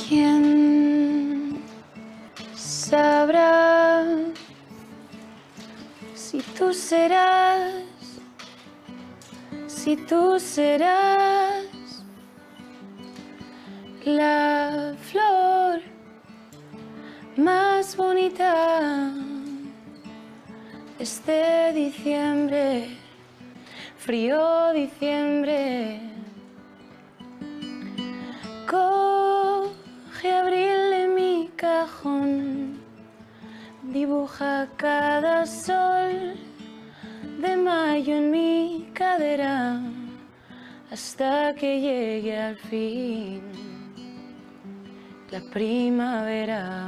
¿Quién sabrá si tú serás la flor más bonita de este diciembre, frío diciembre? Coge abril en mi cajón, dibuja cada sol de mayo en mi cadera hasta que llegue al fin la primavera.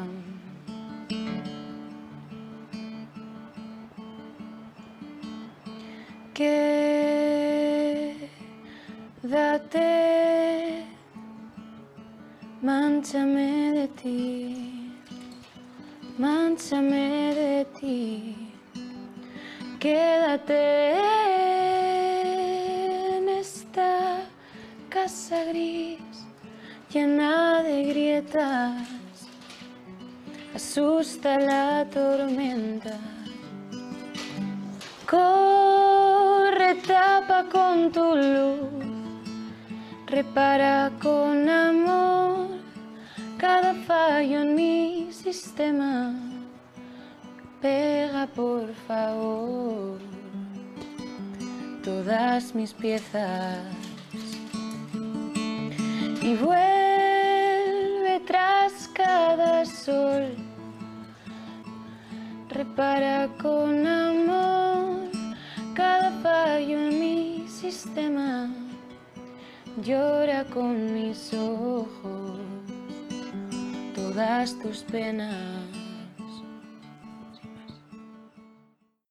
Quédate, mánchame de ti, mánchame de ti. Quédate en esta casa gris llena de grietas, asusta la tormenta. Corre, tapa con tu luz, repara con amor cada fallo en mi sistema. Pega por favor todas mis piezas y vuelve tras cada sol. Repara con amor cada fallo en mi sistema. Llora con mis ojos todas tus penas.